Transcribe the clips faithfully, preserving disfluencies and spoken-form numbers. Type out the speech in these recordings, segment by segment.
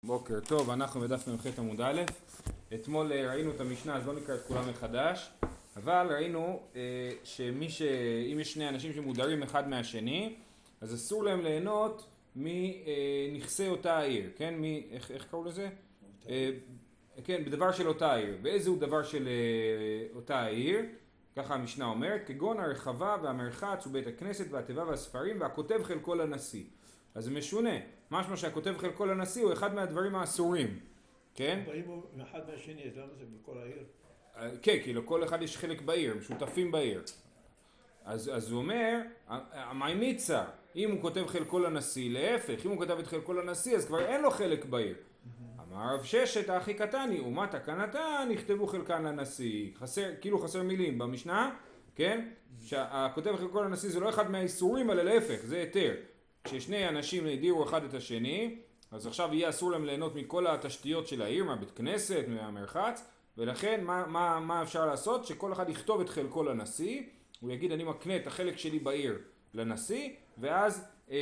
בוקר טוב, אנחנו בדף מ"ח עמוד א'. אתמול ראינו את המשנה, אז לא נקרא את כולם מחדש, אבל ראינו אה, שמי ש... אם יש שני אנשים שמודרים אחד מהשני, אז אסור להם ליהנות מנכסי אותה העיר, כן? מ... איך, איך קראו לזה? אה, כן, בדבר של אותה העיר. באיזה הוא דבר של אה, אותה העיר? ככה המשנה אומרת, כגון הרחבה והמרחץ ובית הכנסת והתיבה והספרים והכותב חלקו לנשיא. אז זה משונה, משמע שהכותב חלקו לנשיא הוא אחד מהדברים האסורים, כן? באים מאחד מהשני, אז למה זה בכל העיר? כן, כי לכל אחד יש חלק בעיר, משותפים בעיר. אז, אז הוא אומר, המיימיצה, אם הוא כותב חלקו לנשיא, להפך, אם הוא כותב את חלקו לנשיא, אז כבר אין לו חלק בעיר. אמר רב ששת, האחי קטני, ומה תקנתה, נכתבו חלקן לנשיא. חסר, כאילו חסר מילים במשנה, כן? שהכותב חלקו לנשיא זה לא אחד מהאיסורים, אלא להפך, זה היתר. כששני אנשים הדירו אחד את השני, אז עכשיו יהיה אסור להם ליהנות מכל התשתיות של העיר, מהבית כנסת, מהמרחץ, ולכן מה, מה, מה אפשר לעשות? שכל אחד יכתוב את חלקו לנשיא, הוא יגיד אני מקנה את החלק שלי בעיר לנשיא, ואז, אה,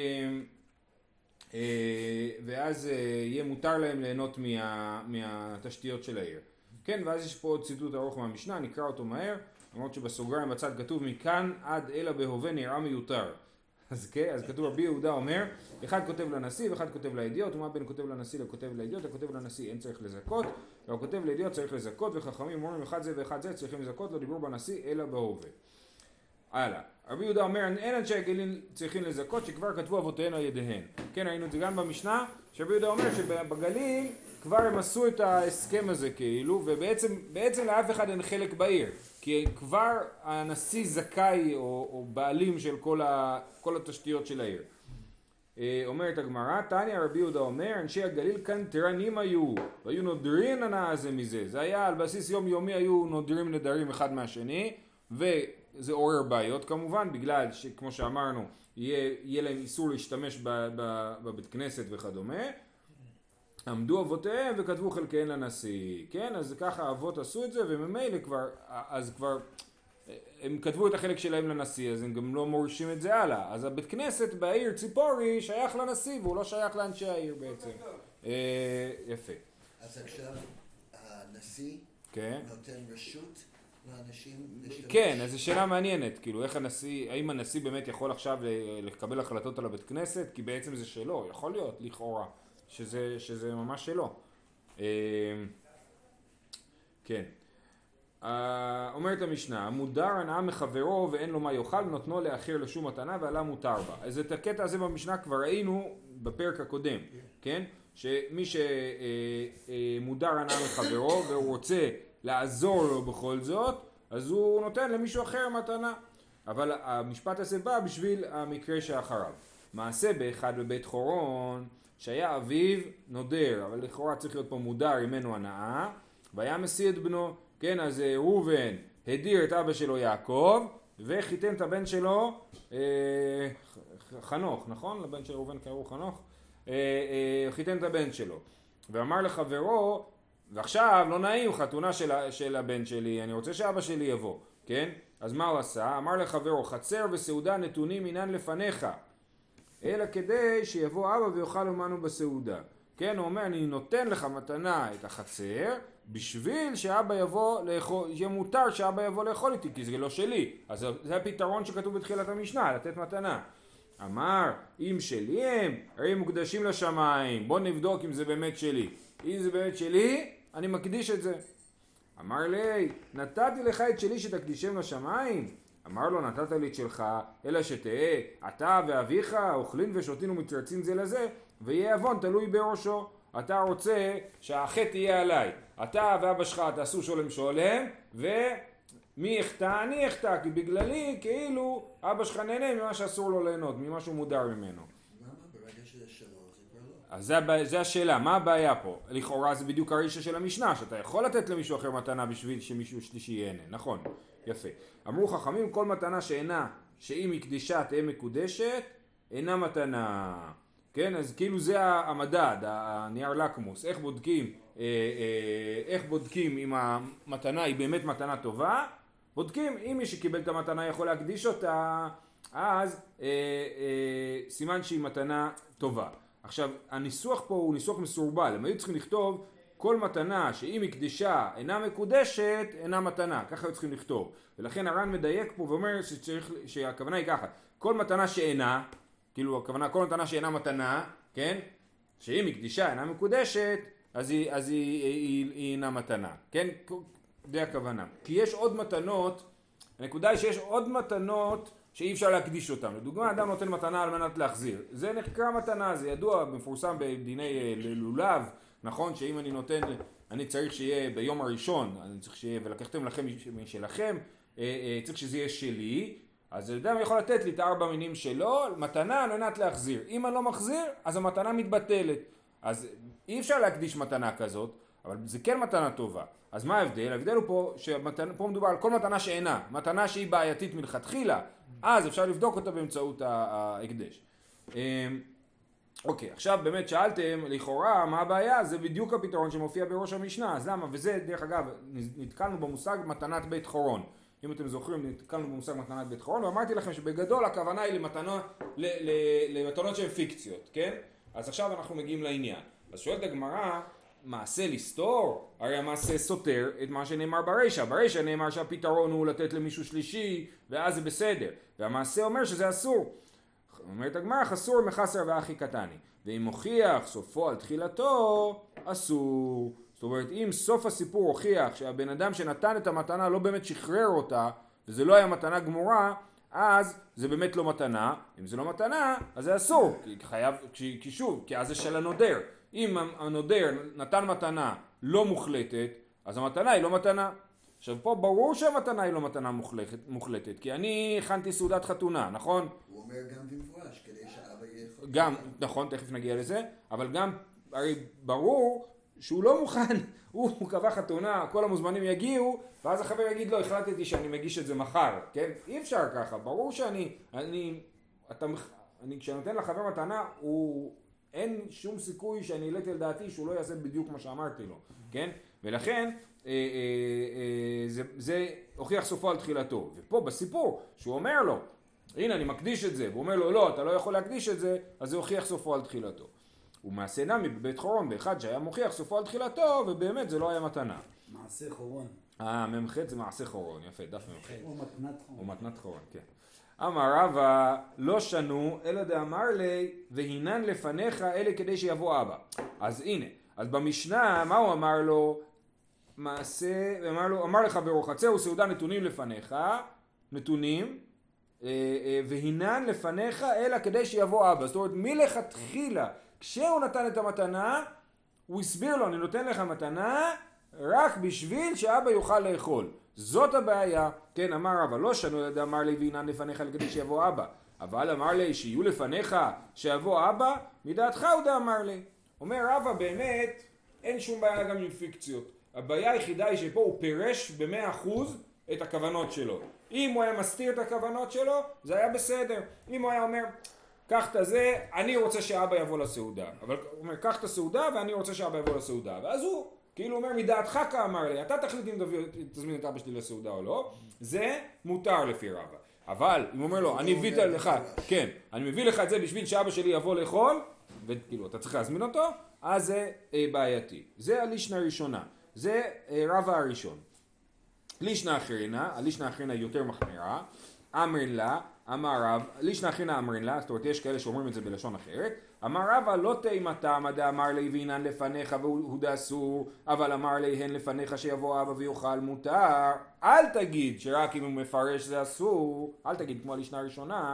אה, ואז אה, יהיה מותר להם ליהנות מה, מהתשתיות של העיר. כן, ואז יש פה עוד ציטוט ארוך מהמשנה, נקרא אותו מהר, למרות שבסוגריים בצד כתוב מכאן עד אלא בהווה נראה מיותר. אז, כן, אז כתוב רבי יהודה אומר, אחד כותב לנשיא ואחד כותב לידיעות, ומה בין כותב לנשיא לכותב לידיעות? הכותב לנשיא אין צריך לזכות, והכותב לידיעות צריך לזכות, וחכמים אומרים אחד זה ואחד זה צריכים לזכות, לא דיבור בנשיא אלא בהווה. הלאה, רבי יהודה אומר, אין אנשי הגליל צריכים לזכות שכבר כתבו אבותיהן על ידיהן. כן, ראינו את זה גם במשנה, שרבי יהודה אומר שבגליל כבר הם עשו את ההסכם הזה כאילו, ובעצם בעצם לאף אחד אין חלק בעיר. כי כבר הנשיא זכאי או, או בעלים של כל, ה, כל התשתיות של העיר. אומרת הגמרא, תניא רבי יהודה אומר, אנשי הגליל כאן תרנים היו, והיו נודרים הנאה זה מזה. זה היה על בסיס יום יומי, היו נודרים נדרים אחד מהשני, וזה עורר בעיות כמובן, בגלל שכמו שאמרנו, יהיה, יהיה להם איסור להשתמש ב, ב, בבית כנסת וכדומה. עמדו אבותיהם וכתבו חלקיהם לנשיא, כן? אז ככה אבות עשו את זה, וממילא כבר, אז כבר, הם כתבו את החלק שלהם לנשיא, אז הם גם לא מורשים את זה הלאה. אז הבית כנסת בעיר ציפורי שייך לנשיא, והוא לא שייך לאנשי העיר בעצם. יפה. אז עכשיו הנשיא נותן רשות לאנשים להשתמש? כן, אז זו שאלה מעניינת, כאילו איך הנשיא, האם הנשיא באמת יכול עכשיו לקבל החלטות על הבית כנסת? כי בעצם זה שלו, יכול להיות, לכאורה. שזה, שזה ממש שלו. כן. אומרת המשנה, מודר הנאה מחברו ואין לו מה יאכל, נותנו לאחר לשום מתנה ועלה מותר בה. אז את הקטע הזה במשנה כבר ראינו בפרק הקודם, כן? שמי שמודר הנאה מחברו והוא רוצה לעזור לו בכל זאת, אז הוא נותן למישהו אחר מתנה. אבל המשפט הזה בא בשביל המקרה שאחריו. מעשה באחד בבית חורון, שהיה אביו נודר, אבל לכאורה צריך להיות פה מודר ממנו הנאה, והיה משיא את בנו, כן, אז ראובן הדיר את אבא שלו יעקב, וחיתן את הבן שלו אה, חנוך, נכון? לבן של ראובן קראו חנוך? אה, אה, חיתן את הבן שלו, ואמר לחברו, ועכשיו לא נעים חתונה של, של הבן שלי, אני רוצה שאבא שלי יבוא, כן? אז מה הוא עשה? אמר לחברו, חצר וסעודה נתונים אינן לפניך, אלא כדי שיבוא אבא ויאכל עמנו בסעודה. כן, הוא אומר, אני נותן לך מתנה את החצר, בשביל שאבא יבוא לאכול, יהיה מותר שאבא יבוא לאכול איתי, כי זה לא שלי. אז זה הפתרון שכתוב בתחילת המשנה, לתת מתנה. אמר, אם שלי הם, הרי הם מוקדשים לשמיים, בוא נבדוק אם זה באמת שלי. אם זה באמת שלי, אני מקדיש את זה. אמר לי, נתתי לך את שלי שתקדישם לשמיים? אמר לו, נתת לי את שלך, אלא שתהיה, אתה ואביך אוכלים ושותים ומצרצים זה לזה, ויהיה אבון תלוי בראשו. אתה רוצה שהחטא יהיה עליי. אתה ואבא שלך תעשו שולם שולם, ומי יחטא? אני יחטא, כי בגללי כאילו אבא שלך נהנה ממה שאסור לו ליהנות, ממה שהוא מודר ממנו. למה? ברגע שזה שלו, זה כבר לא. אז זה, זה השאלה, מה הבעיה פה? לכאורה זה בדיוק הרישה של המשנה, שאתה יכול לתת למישהו אחר מתנה בשביל שמישהו שלישי ייהנה, נכון? יפה. אמרו חכמים, כל מתנה שאינה, שאם היא קדישה תהיה מקודשת, אינה מתנה. כן, אז כאילו זה המדד, הנייר לקמוס, איך בודקים, אה, אה, איך בודקים אם המתנה היא באמת מתנה טובה, בודקים אם מי שקיבל את המתנה יכול להקדיש אותה, אז אה, אה, סימן שהיא מתנה טובה. עכשיו, הניסוח פה הוא ניסוח מסורבל, הם היו צריכים לכתוב כל מתנה שאם הקדישה אינה מקודשת, אינה מתנה, ככה היו צריכים לכתוב. ולכן הר"ן מדייק פה ואומר שצריך, שהכוונה היא ככה, כל מתנה שאינה, כאילו הכוונה כל מתנה שאינה מתנה, כן? שאם הקדישה אינה מקודשת, אז היא, אז היא, היא, היא, היא אינה מתנה, כן? זה הכוונה. כי יש עוד מתנות, הנקודה היא שיש עוד מתנות שאי אפשר להקדיש אותן. לדוגמה, אדם נותן מתנה על מנת להחזיר. זה נחקר מתנה, זה ידוע, מפורסם בדיני לולב, נכון? שאם אני נותן, אני צריך שיהיה ביום הראשון, אני צריך שיהיה, ולקחתם לכם משלכם, צריך שזה יהיה שלי, אז אדם יכול לתת לי את הארבע מינים שלו, מתנה על מנת להחזיר. אם אני לא מחזיר, אז המתנה מתבטלת. אז אי אפשר להקדיש מתנה כזאת, אבל זה כן מתנה טובה. אז מה ההבדל? ההבדל הוא פה, שפה מדובר על כל מתנה שאינה, מתנה שהיא בעייתית מלכתחילה, אז אפשר לבדוק אותה באמצעות ההקדש. אוקיי, עכשיו באמת שאלתם, לכאורה, מה הבעיה? זה בדיוק הפתרון שמופיע בראש המשנה, אז למה? וזה, דרך אגב, נתקלנו במושג מתנת בית חורון. אם אתם זוכרים, נתקלנו במושג מתנת בית חורון, ואמרתי לכם שבגדול הכוונה היא למתנה, למתנות שהן פיקציות, כן? אז עכשיו אנחנו מגיעים לעניין. אז שואלת הגמרא, מעשה לסתור? הרי המעשה סותר את מה שנאמר ברישא. ברישא נאמר שהפתרון הוא לתת למישהו שלישי, ואז זה בסדר. והמעשה אומר שזה אסור. אומרת הגמרא, חסור מחסר ואחי קטני. ואם הוכיח סופו על תחילתו, אסור. זאת אומרת, אם סוף הסיפור הוכיח שהבן אדם שנתן את המתנה לא באמת שחרר אותה, וזה לא היה מתנה גמורה, אז זה באמת לא מתנה. אם זה לא מתנה, אז זה אסור. כי חייב, כי שוב, כי אז זה של הנודר. אם הנודר נתן מתנה לא מוחלטת, אז המתנה היא לא מתנה. עכשיו פה ברור שהמתנה היא לא מתנה מוחלטת, מוחלטת, כי אני הכנתי סעודת חתונה, נכון? הוא אומר גם במפורש, כדי שאבא יהיה... גם, נכון, תכף נגיע לזה, אבל גם, הרי ברור שהוא לא מוכן, הוא, הוא קבע חתונה, כל המוזמנים יגיעו, ואז החבר יגיד לו, החלטתי שאני מגיש את זה מחר, כן? אי אפשר ככה, ברור שאני, אני, אתה, אני, כשאני נותן לחבר מתנה, הוא, אין שום סיכוי שאני העליתי על דעתי שהוא לא יעשה בדיוק מה שאמרתי לו, כן? ולכן, אה, אה, אה, זה, זה הוכיח סופו על תחילתו, ופה בסיפור, שהוא אומר לו, הנה אני מקדיש את זה, והוא אומר לו, לא, אתה לא יכול להקדיש את זה, אז זה הוכיח סופו על תחילתו. הוא מעשה נמי בבית חורון, באחד שהיה מוכיח סופו על תחילתו, ובאמת זה לא היה מתנה. מעשה חורון. אה, ממחת זה מעשה חורון, יפה, דף ממחת. או מתנת חורון. או מתנת חורון, כן. אמר רבא, לא שנו, אלא דאמר לי, והינן לפניך אלה כדי שיבוא אבא. אז הנה, אז במשנה, מה הוא אמר לו? מעשה, אמר לו, אמר לחברו, חצר וסעודה נתונים לפניך, נתונים, והינן לפניך אלא כדי שיבוא אבא. זאת אומרת, מלכתחילה, כשהוא נתן את המתנה, הוא הסביר לו, אני נותן לך מתנה רק בשביל שאבא יוכל לאכול. זאת הבעיה. כן, אמר רבא, לא שנו ידע אמר לי והינן לפניך כדי שיבוא אבא. אבל אמר לי שיהיו לפניך שיבוא אבא, מדעתך הוא דה אמר לי. אומר רבא, באמת, אין שום בעיה גם עם פיקציות. הבעיה היחידה היא שפה הוא פירש במאה אחוז את הכוונות שלו. אם הוא היה מסתיר את הכוונות שלו, זה היה בסדר. אם הוא היה אומר, קח את זה, אני רוצה שאבא יבוא לסעודה. אבל הוא אומר, קח את הסעודה ואני רוצה שאבא יבוא לסעודה. ואז הוא, כאילו אומר, מדעתך כאמר לי, אתה תחליט אם תזמין את אבא שלי לסעודה או לא. זה מותר לפי רבא. אבל אם הוא אומר לו, אני מביא לך, כן, אני מביא לך את זה בשביל שאבא שלי יבוא לאכול, וכאילו אתה צריך להזמין אותו, אז זה בעייתי. זה הלישנה הראשונה. זה רבא הראשון. לישנה אחרינה, הלישנה האחרינה היא יותר מחמירה, אמר לה, אמר רב, לישנה אחרינה אמר לה, זאת אומרת יש כאלה שאומרים את זה בלשון אחרת, אמר רבא לא תימתה מדה אמר לי והינן לפניך והוא דאסור, אבל אמר לי הן לפניך שיבוא אבא ויאכל מותר, אל תגיד שרק אם הוא מפרש זה אסור, אל תגיד כמו הלישנה הראשונה,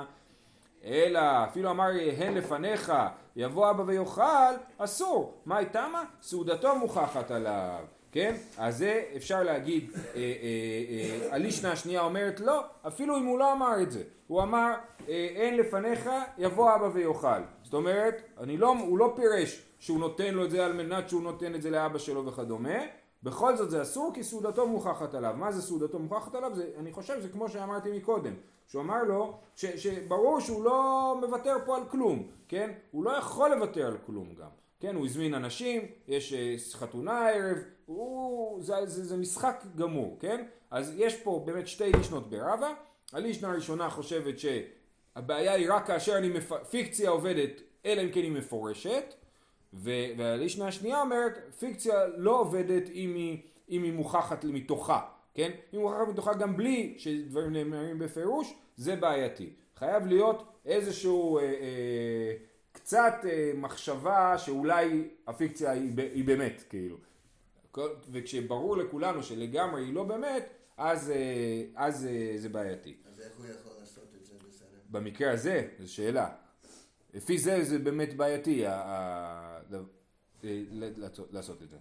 אלא אפילו אמר לי הן לפניך יבוא אבא ויאכל, אסור, מה הייתה מה? סעודתו מוכחת עליו. כן? אז זה אפשר להגיד, אה, אה, אה, הלישנה השנייה אומרת לא, אפילו אם הוא לא אמר את זה. הוא אמר, אה, אין לפניך, יבוא אבא ויאכל. זאת אומרת, אני לא, הוא לא פירש שהוא נותן לו את זה על מנת שהוא נותן את זה לאבא שלו וכדומה. בכל זאת זה אסור כי סעודתו מוכחת עליו. מה זה סעודתו מוכחת עליו? זה, אני חושב זה כמו שאמרתי מקודם. שהוא אמר לו, ש, שברור שהוא לא מוותר פה על כלום. כן? הוא לא יכול לוותר על כלום גם. כן, הוא הזמין אנשים, יש חתונה הערב, הוא, זה, זה, זה משחק גמור, כן? אז יש פה באמת שתי לישנות ברבא. הלישנה הראשונה חושבת שהבעיה היא רק כאשר אני מפ... פיקציה עובדת אלא אם כן היא מפורשת, והלישנה השנייה אומרת, פיקציה לא עובדת אם היא, אם היא מוכחת מתוכה, כן? אם היא מוכחת מתוכה גם בלי שדברים נאמרים בפירוש, זה בעייתי. חייב להיות איזשהו אה, אה, קצת אה, מחשבה שאולי הפיקציה היא, היא באמת, כאילו. וכשברור לכולנו שלגמרי היא לא באמת, אז, אה, אז אה, זה בעייתי. אז איך הוא יכול לעשות את זה בסדר? במקרה הזה, זו שאלה. לפי זה זה באמת בעייתי לעשות את זה.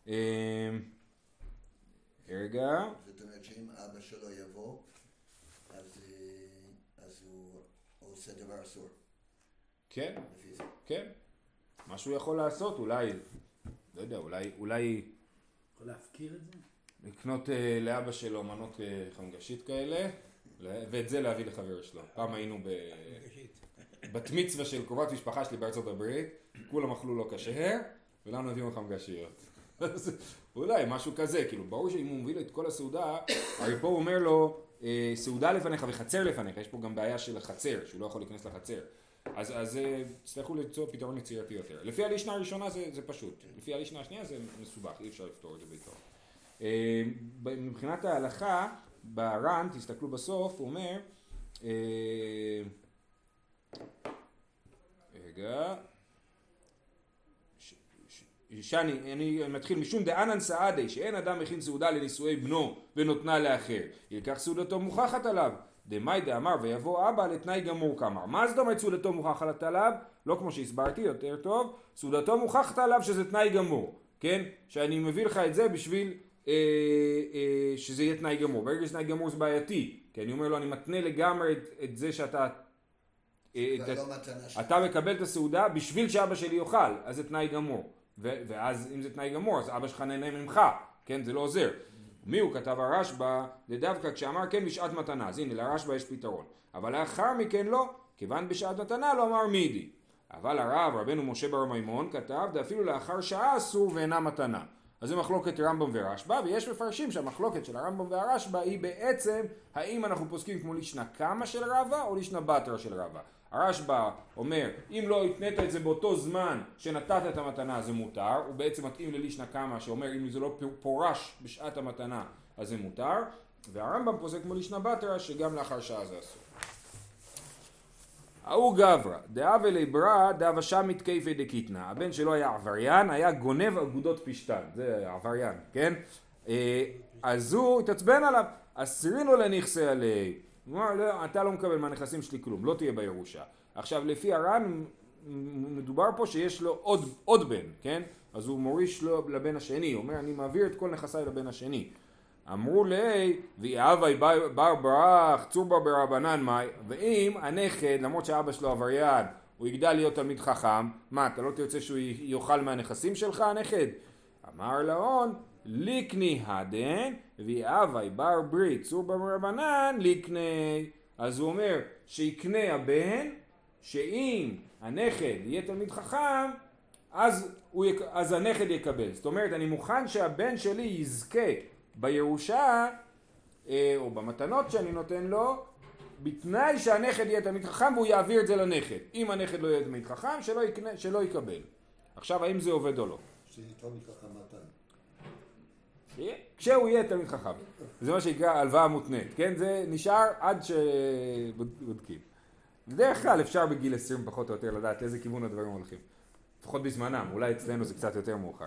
רגע. זאת אומרת שאם אבא שלו יבוא, אז הוא עושה דבר אסור. כן, כן. מה שהוא יכול לעשות, אולי, לא יודע, אולי, אולי... יכול להפקיר את זה? לקנות לאבא שלו מנות חמגשית כאלה, ואת זה להביא לחבר שלו. פעם היינו ב... בת מצווה של קרובת משפחה שלי בארצות הברית, כולם אכלו לו כשר, ולנו הביאו חמגשיות. אולי משהו כזה, כאילו ברור שאם הוא מביא את כל הסעודה, הרי פה הוא אומר לו, סעודה לפניך וחצר לפניך, יש פה גם בעיה של החצר, שהוא לא יכול להיכנס לחצר. אז, אז תצטרכו למצוא פתרון יצירתי יותר. לפי הלישנה הראשונה זה, זה פשוט, לפי הלישנה השנייה זה מסובך, אי אפשר לפתור את זה בעיקר. מבחינת ההלכה, בר"ן, תסתכלו בסוף, הוא אומר, רגע, שאני, אני מתחיל משום דאנן סעדי, שאין אדם מכין סעודה לנישואי בנו ונותנה לאחר, ילקח סעודתו מוכחת עליו. דמאי דאמר ויבוא אבא לתנאי גמור כאמר. מה זאת אומרת סעודתו מוכחת עליו? לא כמו שהסברתי, יותר טוב, סעודתו מוכחת עליו שזה תנאי גמור, כן? שאני מביא לך את זה בשביל אה, אה, שזה יהיה תנאי גמור. ברגע שתנאי גמור זה בעייתי, כי אני אומר לו, אני מתנה לגמרי את, את זה שאתה אה, את, אתה מקבל את הסעודה בשביל שאבא שלי יאכל, אז זה תנאי גמור. ו- ואז אם זה תנאי גמור, אז אבא שלך נהנה ממך, כן? זה לא עוזר. מי הוא כתב הרשב"א? לדווקא כשאמר כן בשעת מתנה, אז הנה לרשב"א יש פתרון. אבל לאחר מכן לא, כיוון בשעת מתנה לא אמר מידי. אבל הרב, רבנו משה בר מימון, כתב, ואפילו לאחר שעה אסור ואינה מתנה. אז זה מחלוקת רמב"ם ורשב"א, ויש מפרשים שהמחלוקת של הרמב"ם והרשב"א היא בעצם, האם אנחנו פוסקים כמו לישנה קמא של רבא או לישנה בתרא של רבא. הרשב"א אומר, אם לא התנית את זה באותו זמן שנתת את המתנה זה מותר, הוא בעצם מתאים ללישנה קמא שאומר אם זה לא פורש בשעת המתנה אז זה מותר, והרמב"ם פוסק כמו לישנה בתרא שגם לאחר שעה זה אסור. ההוא גברא, דאב אלי ברא דאב אשם מתקייפי דקיתנא, הבן שלו היה עבריין, היה גונב אגודות פשטן, זה עבריין, כן? אז הוא התעצבן עליו, אסירין לו לנכסה עלי, הוא אמר, לא, אתה לא מקבל מהנכסים שלי כלום, לא תהיה בירושה. עכשיו לפי הר"ן מדובר פה שיש לו עוד, עוד בן, כן? אז הוא מוריש לו לבן השני, הוא אומר אני מעביר את כל נכסיי לבן השני. אמרו לי, ויאהבי בר ברח, צור בר ברבנן מאי, ואם הנכד, למרות שאבא שלו עבריין, הוא יגדל להיות תלמיד חכם, מה, אתה לא תרצה שהוא יאכל מהנכסים שלך, הנכד? אמר להון, ליקני הדן, ויאהבי בר ברית, צור בר ברבנן, ליקני. אז הוא אומר, שיקנה הבן, שאם הנכד יהיה תלמיד חכם, אז, הוא יק... אז הנכד יקבל. זאת אומרת, אני מוכן שהבן שלי יזכה, בירושה או במתנות שאני נותן לו בתנאי שהנכד יהיה תלמיד חכם והוא יעביר את זה לנכד. אם הנכד לא יהיה תלמיד חכם שלא, יקנה, שלא יקבל. עכשיו האם זה עובד או לא? שזה תלמיד חכם מתן. כשהוא יהיה תלמיד חכם. זה מה שנקרא הלוואה מותנית, כן? זה נשאר עד שבודקים. בדרך כלל אפשר בגיל עשרים פחות או יותר לדעת לאיזה כיוון הדברים הולכים. לפחות בזמנם, אולי אצלנו זה קצת יותר מאוחר.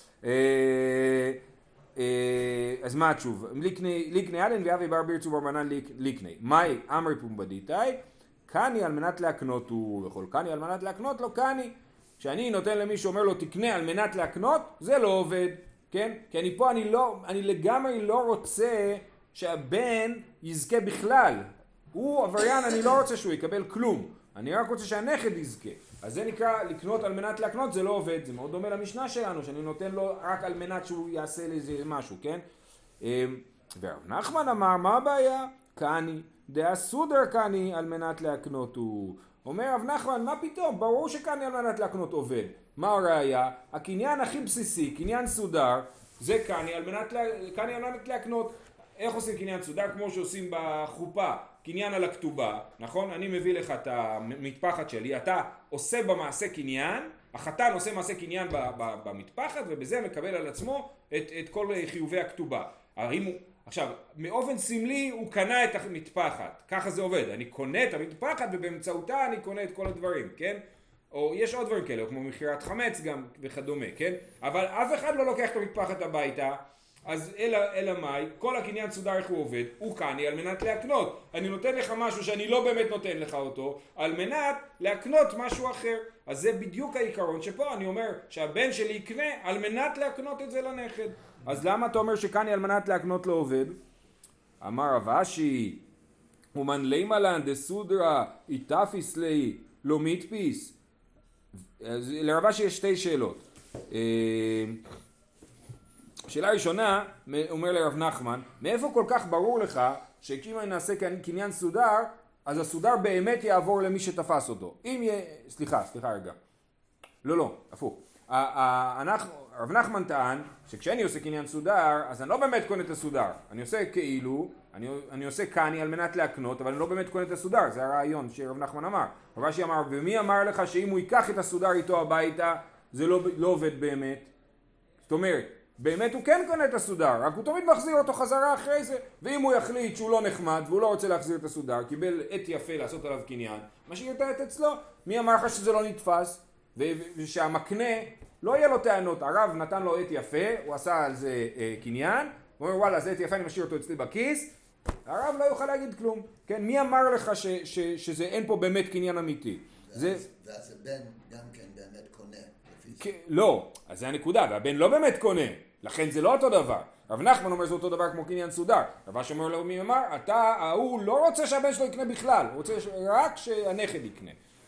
אז מה התשוב? ליקני אלן ואבי בר ברצו ברבנן ליקני. מאי אמרי פומבדיתאי, קני על מנת להקנות הוא יכול. קני על מנת להקנות לא קני. כשאני נותן למי שאומר לו תקנה על מנת להקנות, זה לא עובד. כן? כי אני פה אני לא, אני לגמרי לא רוצה שהבן יזכה בכלל. הוא עבריין, אני לא רוצה שהוא יקבל כלום. אני רק רוצה שהנכד יזכה. אז זה נקרא לקנות על מנת להקנות, זה לא עובד. זה מאוד דומה למשנה שלנו, שאני נותן לו רק על מנת שהוא יעשה לזה משהו, כן? ורב נחמן אמר, מה הבעיה? קני, דעה סודר קני על מנת להקנות הוא. אומר רב נחמן, מה פתאום? ברור שקני על מנת להקנות עובד. מה הראיה? הקניין הכי בסיסי, קניין סודר, זה קני על מנת, לה... קני על מנת להקנות. איך עושים קניין סודר? כמו שעושים בחופה. קניין על הכתובה, נכון? אני מביא לך את המטפחת שלי, אתה עושה במעשה קניין, החתן עושה מעשה קניין במטפחת ובזה מקבל על עצמו את, את כל חיובי הכתובה. האם הוא, עכשיו, מאופן סמלי הוא קנה את המטפחת, ככה זה עובד, אני קונה את המטפחת ובאמצעותה אני קונה את כל הדברים, כן? או יש עוד דברים כאלה, כמו מכירת חמץ גם וכדומה, כן? אבל אף אחד לא לוקח את המטפחת הביתה, אז אלא, אלא מאי, כל הקניין סודר איך הוא עובד, הוא קני על מנת להקנות. אני נותן לך משהו שאני לא באמת נותן לך אותו, על מנת להקנות משהו אחר. אז זה בדיוק העיקרון שפה אני אומר שהבן שלי יקנה על מנת להקנות את זה לנכד. אז למה אתה אומר שקני על מנת להקנות לא עובד? אמר רב אשי, ומן לימה לן דסודרה איתפיס לי לא מיתפיס. אז לרב אשי יש שתי שאלות. שאלה ראשונה, אומר לרב נחמן, מאיפה כל כך ברור לך שאם אני נעשה קניין סודר, אז הסודר באמת יעבור למי שתפס אותו? אם יהיה, סליחה, סליחה רגע. לא, לא, הפוך. אנחנו, רב נחמן טען שכשאני עושה קניין סודר, אז אני לא באמת קונה את הסודר. אני עושה כאילו, אני, אני עושה קני על מנת להקנות, אבל אני לא באמת קונה את הסודר. זה הרעיון שרב נחמן אמר. רב אשי אמר, ומי אמר לך שאם הוא ייקח את הסודר איתו הביתה, זה לא, לא עובד באמת? זאת אומרת, באמת הוא כן קונה את הסודר, רק הוא תמיד מחזיר אותו חזרה אחרי זה. ואם הוא יחליט שהוא לא נחמד והוא לא רוצה להחזיר את הסודר, קיבל עת יפה לעשות עליו קניין, משאיר את העת אצלו. מי אמר לך שזה לא נתפס? ושהמקנה לא יהיה לו טענות. הרב נתן לו עת יפה, הוא עשה על זה אה, קניין, הוא אומר וואלה, זה עת יפה, אני משאיר אותו אצלי בכיס. הרב לא יוכל להגיד כלום. כן, מי אמר לך ש, ש, שזה אין פה באמת קניין אמיתי? זה... ואז הבן גם כן באמת קונה. לא, אז זה הנקודה, והבן לא באמת קונה, לכן זה לא אותו דבר. רב נחמן אומר זה אותו דבר כמו קניין סודר. רב אשי אומר לו, מי אמר, אתה, ההוא לא רוצה שהבן שלו יקנה בכלל, הוא רוצה רק שהנכד יקנה.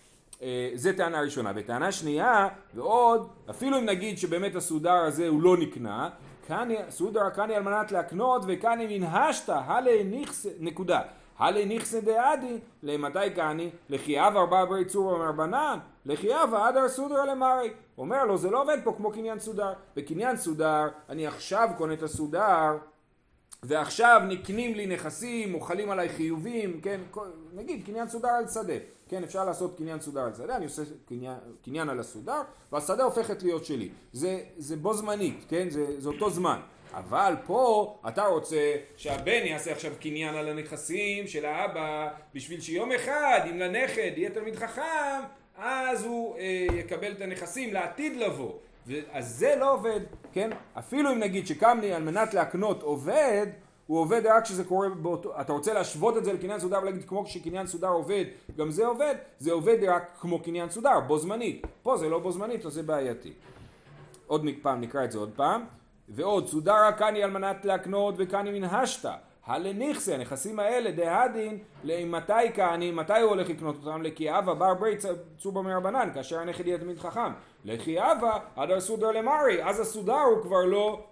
זה טענה ראשונה. וטענה שנייה, ועוד, אפילו אם נגיד שבאמת הסודר הזה הוא לא נקנה, סודר קני על מנת להקנות וקני מן השתא, הלי נכס, נקודה. הלי נכסה דעדי, למתי קני? לחייב ארבע ברי צור ומרבנן, לחייב אדר סודר למרי. אומר לו, זה לא עובד פה כמו קניין סודר. בקניין סודר, אני עכשיו קונה את הסודר, ועכשיו נקנים לי נכסים, מוכלים עליי חיובים, כן? נגיד, קניין סודר על שדה. כן, אפשר לעשות קניין סודר על שדה, אני עושה קניין, קניין על הסודר, והשדה הופכת להיות שלי. זה, זה בו זמנית, כן? זה, זה אותו זמן. אבל פה אתה רוצה שהבן יעשה עכשיו קניין על הנכסים של האבא, בשביל שיום אחד, אם לנכד יהיה תלמיד חכם, אז הוא אה, יקבל את הנכסים לעתיד לבוא. אז זה לא עובד, כן? אפילו אם נגיד שקמני על מנת להקנות עובד, הוא עובד רק כשזה קורה באותו... אתה רוצה להשוות את זה לקניין סודר ולהגיד כמו שקניין סודר עובד, גם זה עובד, זה עובד רק כמו קניין סודר, בו זמנית. פה זה לא בו זמנית, אז זה בעייתי. עוד פעם, נקרא את זה עוד פעם. ועוד, סודר קני על מנת להקנות וקני מן השתא. הלנכסה, הנכסים האלה, דהדין, למתי קני, מתי הוא הולך לקנות אותם? לכי אבא בר ברי צובה מרבנן, כאשר הנכד יהיה תמיד חכם. לכי אבא, עד סודר למרי, אז הסודר הוא כבר לא,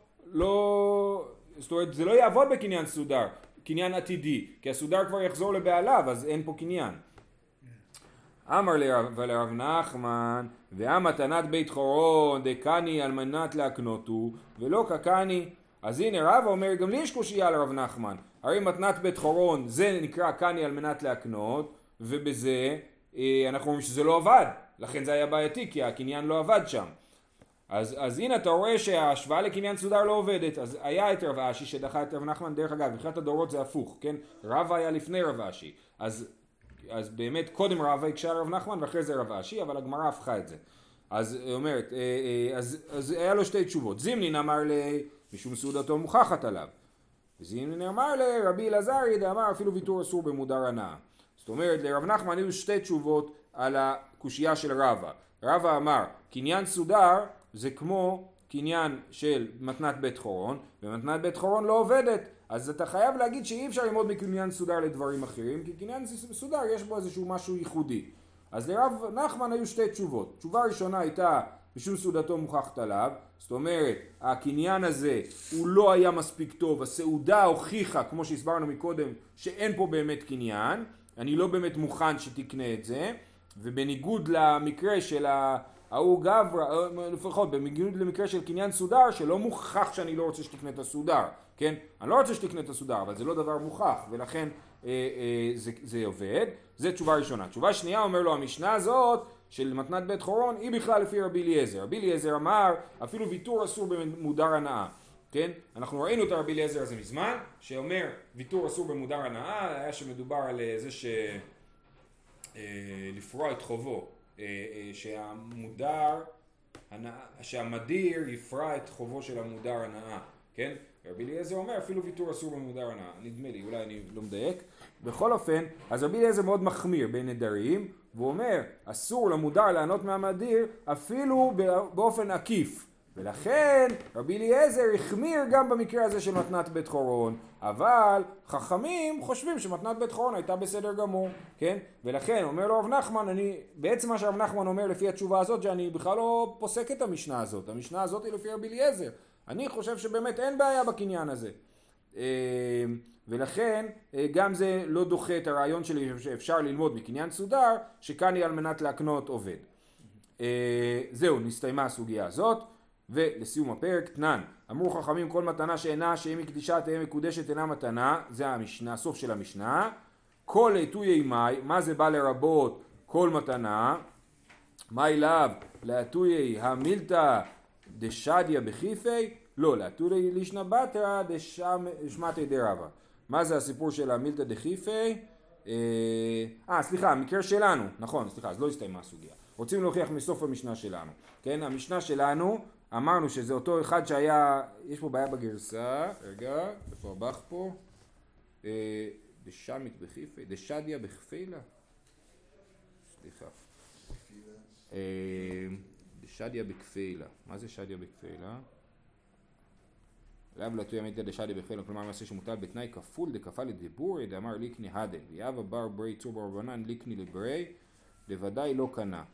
לא, זאת אומרת, זה לא יעבוד בקניין סודר, קניין עתידי, כי הסודר כבר יחזור לבעליו, אז אין פה קניין. אמר לרב נחמן, והמתנת בית חורון דקני על מנת להקנותו, ולא כקני. אז הנה רב אומר, גם לי יש קושייה לרב נחמן. הרי מתנת בית חורון זה נקרא קני על מנת להקנות, ובזה אנחנו אומרים שזה לא עבד, לכן זה היה בעייתי, כי הקניין לא עבד שם. אז, אז הנה אתה רואה שההשוואה לקניין סודר לא עובדת. אז היה את רב אשי שדחה את רב נחמן, דרך אגב, מבחינת הדורות זה הפוך, כן? רב היה לפני רב אשי. אז, אז באמת קודם רב הקשה רב נחמן ואחרי זה רב אשי, אבל הגמרא הפכה את זה. אז היא אומרת, אז, אז היה לו שתי תשובות. זימנין אמר לי, משום סעודתו מוכחת עליו. זימנין אמר לי, רבי אלעזרי דאמר אפילו ויתור אסור במודר הנאה. זאת אומרת, לרב נחמן היו שתי תשובות על הקושייה של רבא. רבא אמר, קניין סודר זה כמו קניין של מתנת בית חורון, ומתנת בית חורון לא עובדת, אז אתה חייב להגיד שאי אפשר ללמוד מקניין סודר לדברים אחרים, כי קניין סודר יש בו איזשהו משהו ייחודי. אז לרב נחמן היו שתי תשובות. תשובה ראשונה הייתה משום סעודתו מוכחת עליו, זאת אומרת, הקניין הזה הוא לא היה מספיק טוב, הסעודה הוכיחה, כמו שהסברנו מקודם, שאין פה באמת קניין, אני לא באמת מוכן שתקנה את זה, ובניגוד למקרה של ההוא גברא, לפחות בניגוד למקרה של קניין סודר, שלא מוכח שאני לא רוצה שתקנה את הסודר, כן? אני לא רוצה שתקנה את הסודר, אבל זה לא דבר מוכח, ולכן אה, אה, זה, זה עובד. זה תשובה ראשונה. תשובה שנייה אומר לו המשנה הזאת של מתנת בית חורון היא בכלל לפי רבי אליעזר. רבי אליעזר אמר אפילו ויתור אסור במודר הנאה. כן? אנחנו ראינו את רבי אליעזר הזה מזמן שאומר ויתור אסור במודר הנאה, היה שמדובר על זה ש... לפרוע את חובו, שהמודר, שהמדיר יפרע את חובו של המודר הנאה, כן? רבי אליעזר אומר אפילו ויתור אסור במודר הנאה, נדמה לי, אולי אני לא מדייק. בכל אופן, אז רבי אליעזר מאוד מחמיר בין נדרים, והוא אומר אסור למודר לענות מהמדיר אפילו באופן עקיף. ולכן רבי אליעזר החמיר גם במקרה הזה של מתנת בית חורון, אבל חכמים חושבים שמתנת בית חורון הייתה בסדר גמור, כן? ולכן אומר לו רב נחמן, אני, בעצם מה שרב נחמן אומר לפי התשובה הזאת, שאני בכלל לא פוסק את המשנה הזאת, המשנה הזאת היא לפי רבי אליעזר, אני חושב שבאמת אין בעיה בקניין הזה, ולכן גם זה לא דוחה את הרעיון שלי שאפשר ללמוד מקניין סודר, שכאן היא על מנת להקנות עובד. זהו, נסתיימה הסוגיה הזאת. ולסיום הפרק, תנן, אמרו חכמים כל מתנה שאינה שאם היא קדישה תהיה מקודשת אינה מתנה, זה המשנה, הסוף של המשנה. כל עיתויי מאי, מה זה בא לרבות כל מתנה? מאי לאו, לעיתויי המילתא דשדיה בחיפי, לא, לעיתויי לישנא בתרא דשמטי דרבא. מה זה הסיפור של המילתא דחיפי? אה, סליחה, המקרה שלנו, נכון, סליחה, אז לא הסתיימה הסוגיה. רוצים להוכיח מסוף המשנה שלנו, כן? המשנה שלנו, אמרנו שזה אותו אחד שהיה, יש פה בעיה בגרסה, רגע, איפה הבח פה? דשמית בחיפה, דשדיה בחילה? סליחה. דשדיה בחילה, מה זה שדיה בחילה? לאו לתוי אמיתא דשדיה בחילה, כלומר מעשה שמוטל בתנאי כפול דכפה לדיבור, דאמר ליקני הדן, ויאבה בר ברי צור ברבנן ליקני לברי, לוודאי לא קנה.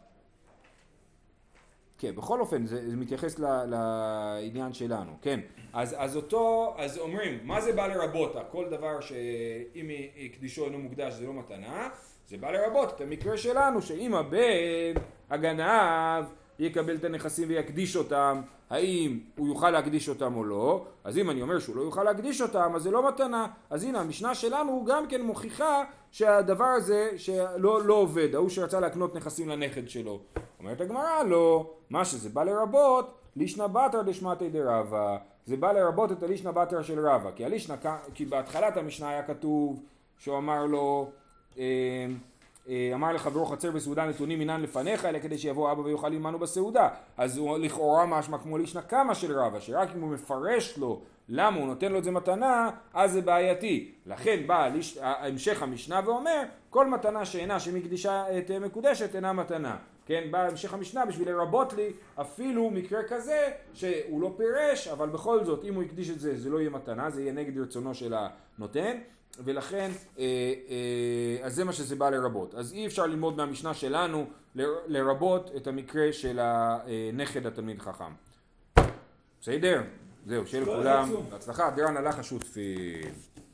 כן, בכל אופן זה, זה מתייחס ל, לעניין שלנו, כן. אז, אז אותו, אז אומרים, מה זה בא לרבות? כל דבר שאם הקדישו אינו מוקדש זה לא מתנה, זה בא לרבות את המקרה שלנו, שאם הבן הגנב יקבל את הנכסים ויקדיש אותם, האם הוא יוכל להקדיש אותם או לא? אז אם אני אומר שהוא לא יוכל להקדיש אותם, אז זה לא מתנה. אז הנה, המשנה שלנו גם כן מוכיחה שהדבר הזה שלא לא עובד, ההוא שרצה להקנות נכסים לנכד שלו. אומרת הגמרא, לא, מה שזה בא לרבות, לישנא בתרא דשמטי דרבא, זה בא לרבות את הלישנא בתרא של רבא, כי הלישנא, כי בהתחלת המשנה היה כתוב, שהוא אמר לו, אמר לחברו חצר בסעודה נתונים מינן לפניך, אלא כדי שיבוא אבא ויוכל עמנו בסעודה. אז הוא לכאורה משמע כמו לישנא קמא של רבא, שרק אם הוא מפרש לו למה הוא נותן לו את זה מתנה, אז זה בעייתי. לכן בא המשך המשנה ואומר, כל מתנה שאינה שמקדישה תהיה מקודשת אינה מתנה. כן, בא המשך המשנה בשביל לרבות לי אפילו מקרה כזה שהוא לא פירש, אבל בכל זאת אם הוא יקדיש את זה, זה לא יהיה מתנה, זה יהיה נגד רצונו של הנותן. ולכן, אה, אה, אז זה מה שזה בא לרבות. אז אי אפשר ללמוד מהמשנה שלנו לרבות את המקרה של הנכד התלמיד חכם. בסדר? זהו, שיהיה לכולם. בהצלחה, דרן הלך השותפים.